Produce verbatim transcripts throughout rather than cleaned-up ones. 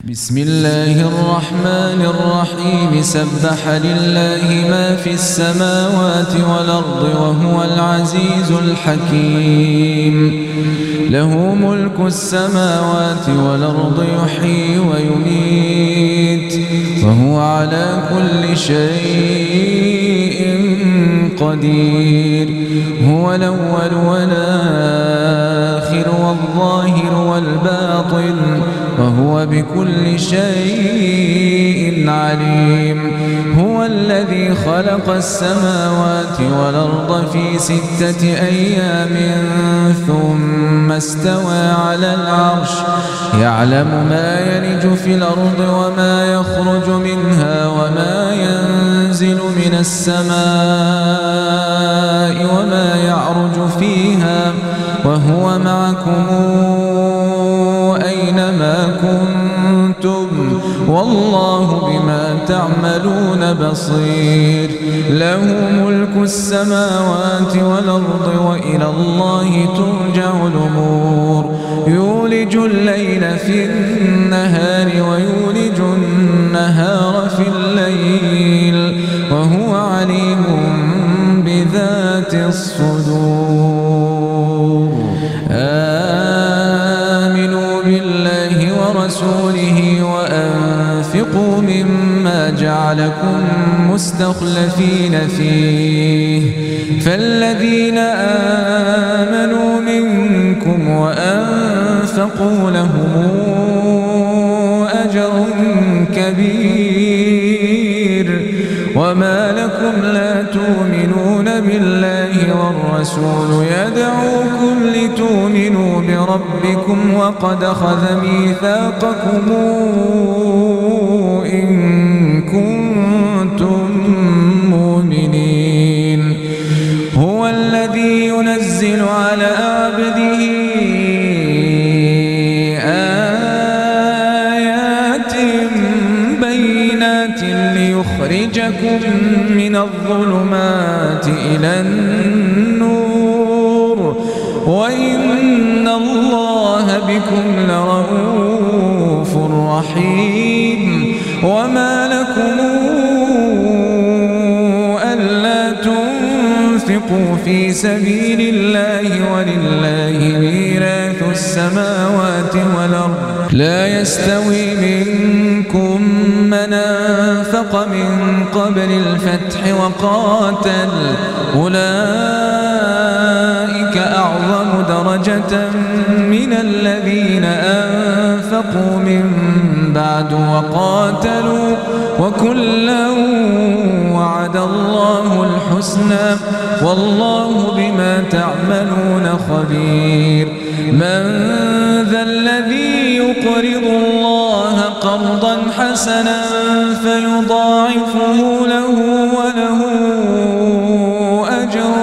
بسم الله الرحمن الرحيم سبح لله ما في السماوات والأرض وهو العزيز الحكيم له ملك السماوات والأرض يحيي ويميت وهو على كل شيء قدير هو الأول والآخر والظاهر والباطن وهو بكل شيء عليم هو الذي خلق السماوات والأرض في ستة أيام ثم استوى على العرش يعلم ما يلج في الأرض وما يخرج منها وما ينزل من السماء وما يعرج فيها وهو معكم أينما كنتم والله بما تعملون بصير له ملك السماوات والأرض وإلى الله ترجع الأمور يولج الليل في النهار ويولج النهار في الليل وهو عليم بذات الصدور آمنوا بالله ورسوله وأنفقوا مما جعلكم مستخلفين فيه فالذين آمنوا منكم وأنفقوا لهم أجر كبير وما لكم لا تؤمنون بالله والرسول يدعوكم لتؤمنوا بربكم وقد أخذ ميثاقكم إن كنتم مؤمنين هو الذي ينزل على عبده آيات بينات ليخرجكم من الظلمات إلى النور وإن الله بكم لرؤوف رحيم وما لكم ألا تنفقوا في سبيل الله ولله ميراث السماوات والأرض لا يستوي منكم من أنفق من قبل الفتح وقاتل أولئك أعظم درجة من الذين أنفقوا من بعد وقاتلوا وكلا وعد الله الحسنى والله بما تعملون خبير من ذا الذي يقرض الله قرضا حسنا فيضاعفه له وله أجر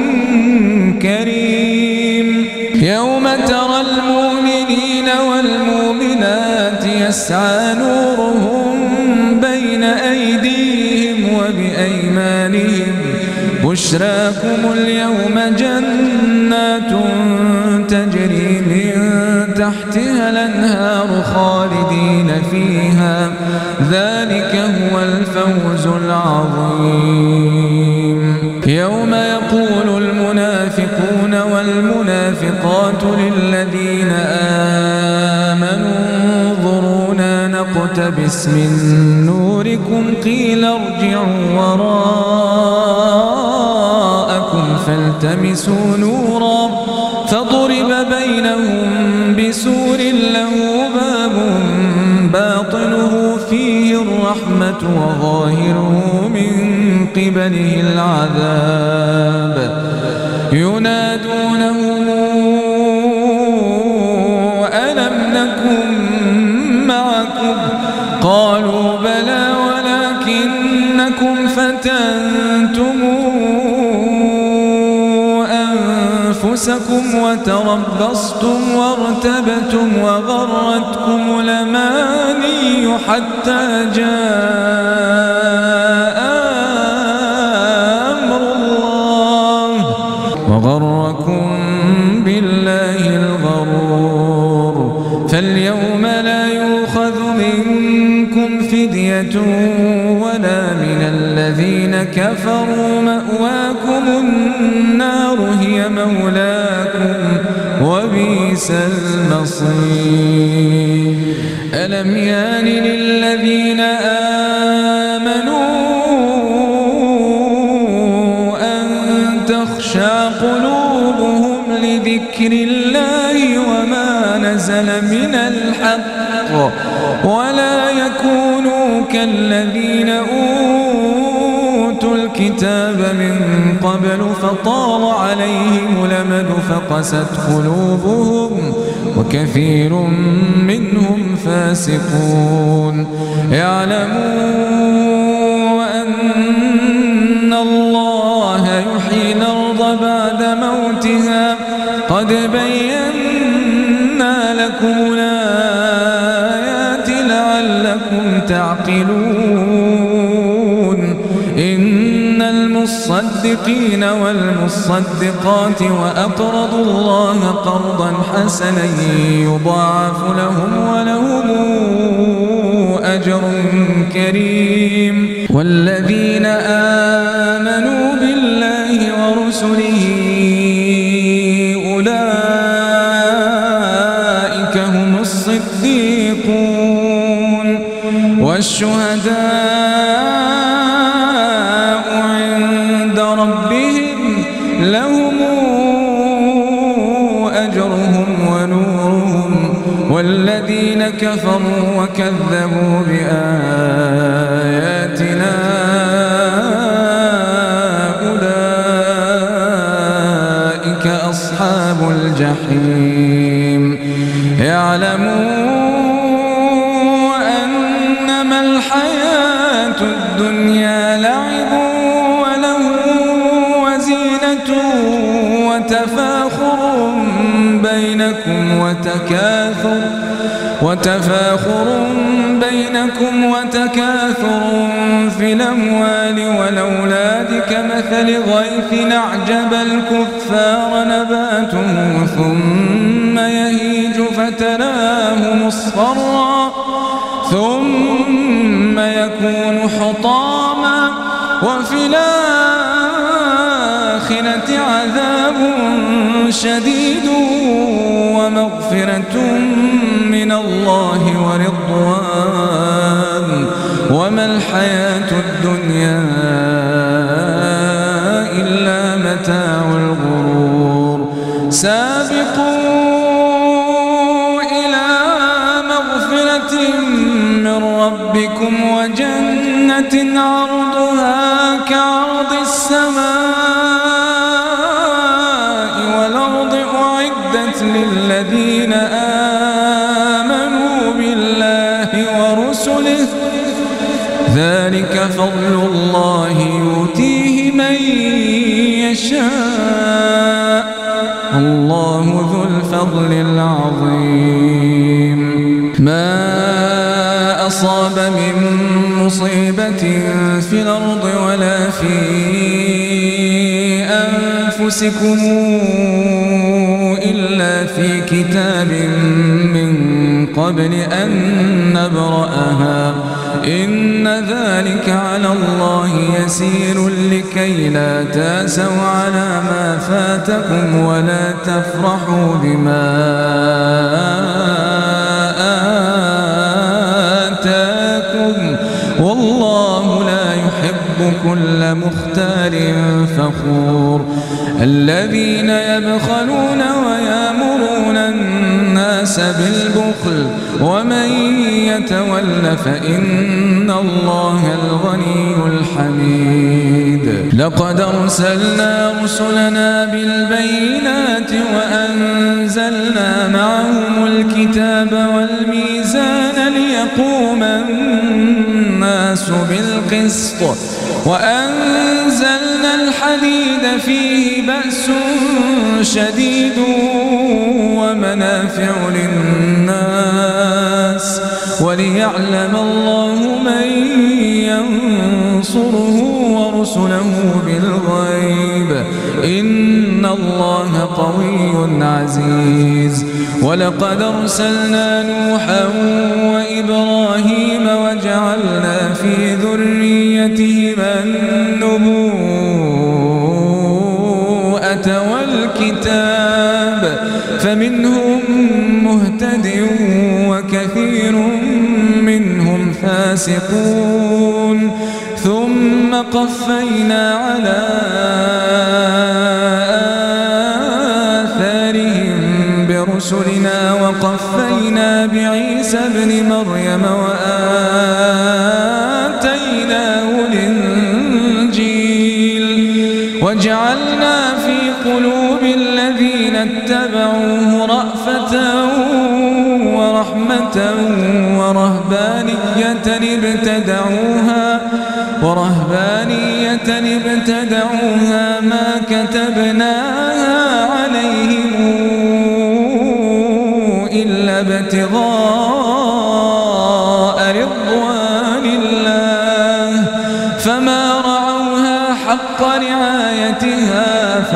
كريم يوم ترى المؤمنين والمؤمنات يسعى نورهم بين أيديهم وبأيمانهم بشراكم اليوم جنات تجري من تحتها الأنهار خالدين فيها ذلك هو الفوز العظيم يوم يقول المنافقون والمنافقات للذين آمنوا انظرونا نقتبس من نوركم قيل ارجعوا وراءكم فالتمسوا نورا فضرب بينهم بسور له باب باطنه فيه الرحمة وظاهره من قبله العذاب ينادونهم ألم نكن معكم قالوا بلى ولكنكم فتنتم أنفسكم وتربصتم وارتبتم وغرتكم الأماني حتى جاء أمر الله وغركم بالله الغرور فاليوم لا يؤخذ منكم فدية ولا من الذين كفروا مأواكم النار هي مولاكم وبئس المصير ألم يان للذين آمنوا أن تخشع قلوبهم لذكر الله وما نزل من الحق ولا يكونوا كالذين أوتوا الكتاب من قبل فطال عليهم الأمد فقست قلوبهم وكثير منهم فاسقون يعلموا أن الله يحيي الأرض بعد موتها قد بينا لكم الآيات لعلكم تعقلون إن المصدقين والمصدقات وأقرضوا الله قرضا حسنا يضاعف لهم ولهم أجر كريم والذين آمنوا بالله ورسله أولئك هم الصديقون والشهداء عند ربهم لهم أجرهم ونورهم والذين كفروا وكذبوا بآياتنا أولئك أصحاب الجحيم يعلمون أنما الحياة الدنيا لعب وله وزينة وتفاخر بينكم وتكاثر وتفاخر بينكم وتكاثر في الأموال والأولاد كمثل غيث أعجب الكفار نباته ثم يهيج فتراه مصفرا ثم يكون حطاما وفي الآخرة عذاب شديد ومغفرة من الله ورضوان وما الحياة الدنيا إلا متاع الغرور سابقوا إلى مغفرة من ربكم وجنة عرضها كعرض السماء والأرض أعدت للذين آمنوا بالله ورسله ذلك فضل الله يؤتيه من يشاء الله ذو الفضل العظيم ما أصاب من مصيبة في الأرض ولا في أنفسكم إلا في كتاب من قبل أن نبرأها إن ذلك على الله يسير لكي لا تأسوا على ما فاتكم ولا تفرحوا بما آتاكم والله لا يحب كل مختال فخور الذين يبخلون ويأمرون الناس بالبخل ومن يتول فإن الله الغني الحميد لقد أرسلنا رسلنا بالبينات وأنزلنا معهم الكتاب والميزان ليقوم الناس بالقسط وأنزلنا الحديد فيه بأس شديد ومنافع للناس وليعلم الله من ينصره ورسله بالغيب إن الله قوي عزيز ولقد أرسلنا نوحا وإبراهيم وجعلنا في ذريتهما النبوءة والكتاب فمنهم مهتد وكثير منهم فاسقون ثم قفينا على آثارهم برسلنا وقفينا بعيسى ابن مريم وآتيناه الإنجيل وجعلنا في قلوب الذين اتبعوه رأفة ورحمة ورهبانية ابتدعوها ورهبانية ابتدعوها ما كتبناها عليهم إلا ابتغاء رضوان الله فما رعوها حق رعايتها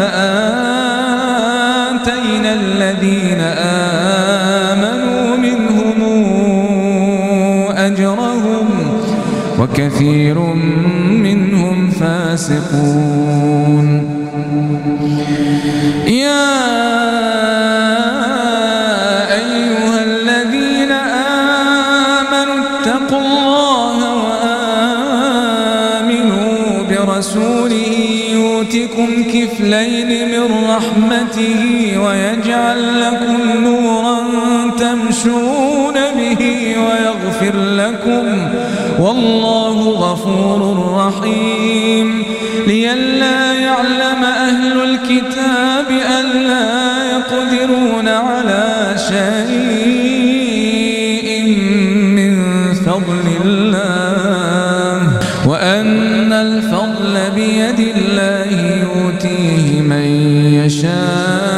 فآتينا الذين آمنوا منهم أجرهم وكثير منهم فاسقون يا أيها الذين آمنوا اتقوا الله وآمنوا برسوله يؤتكم كفلين من رحمته ويجعل لكم نورا تمشون به ويغفر لكم والله غفور رحيم لئلا يعلم أهل الكتاب ألا يقدرون على شيء من فضل الله وأن الفضل بيد الله يؤتيه من يشاء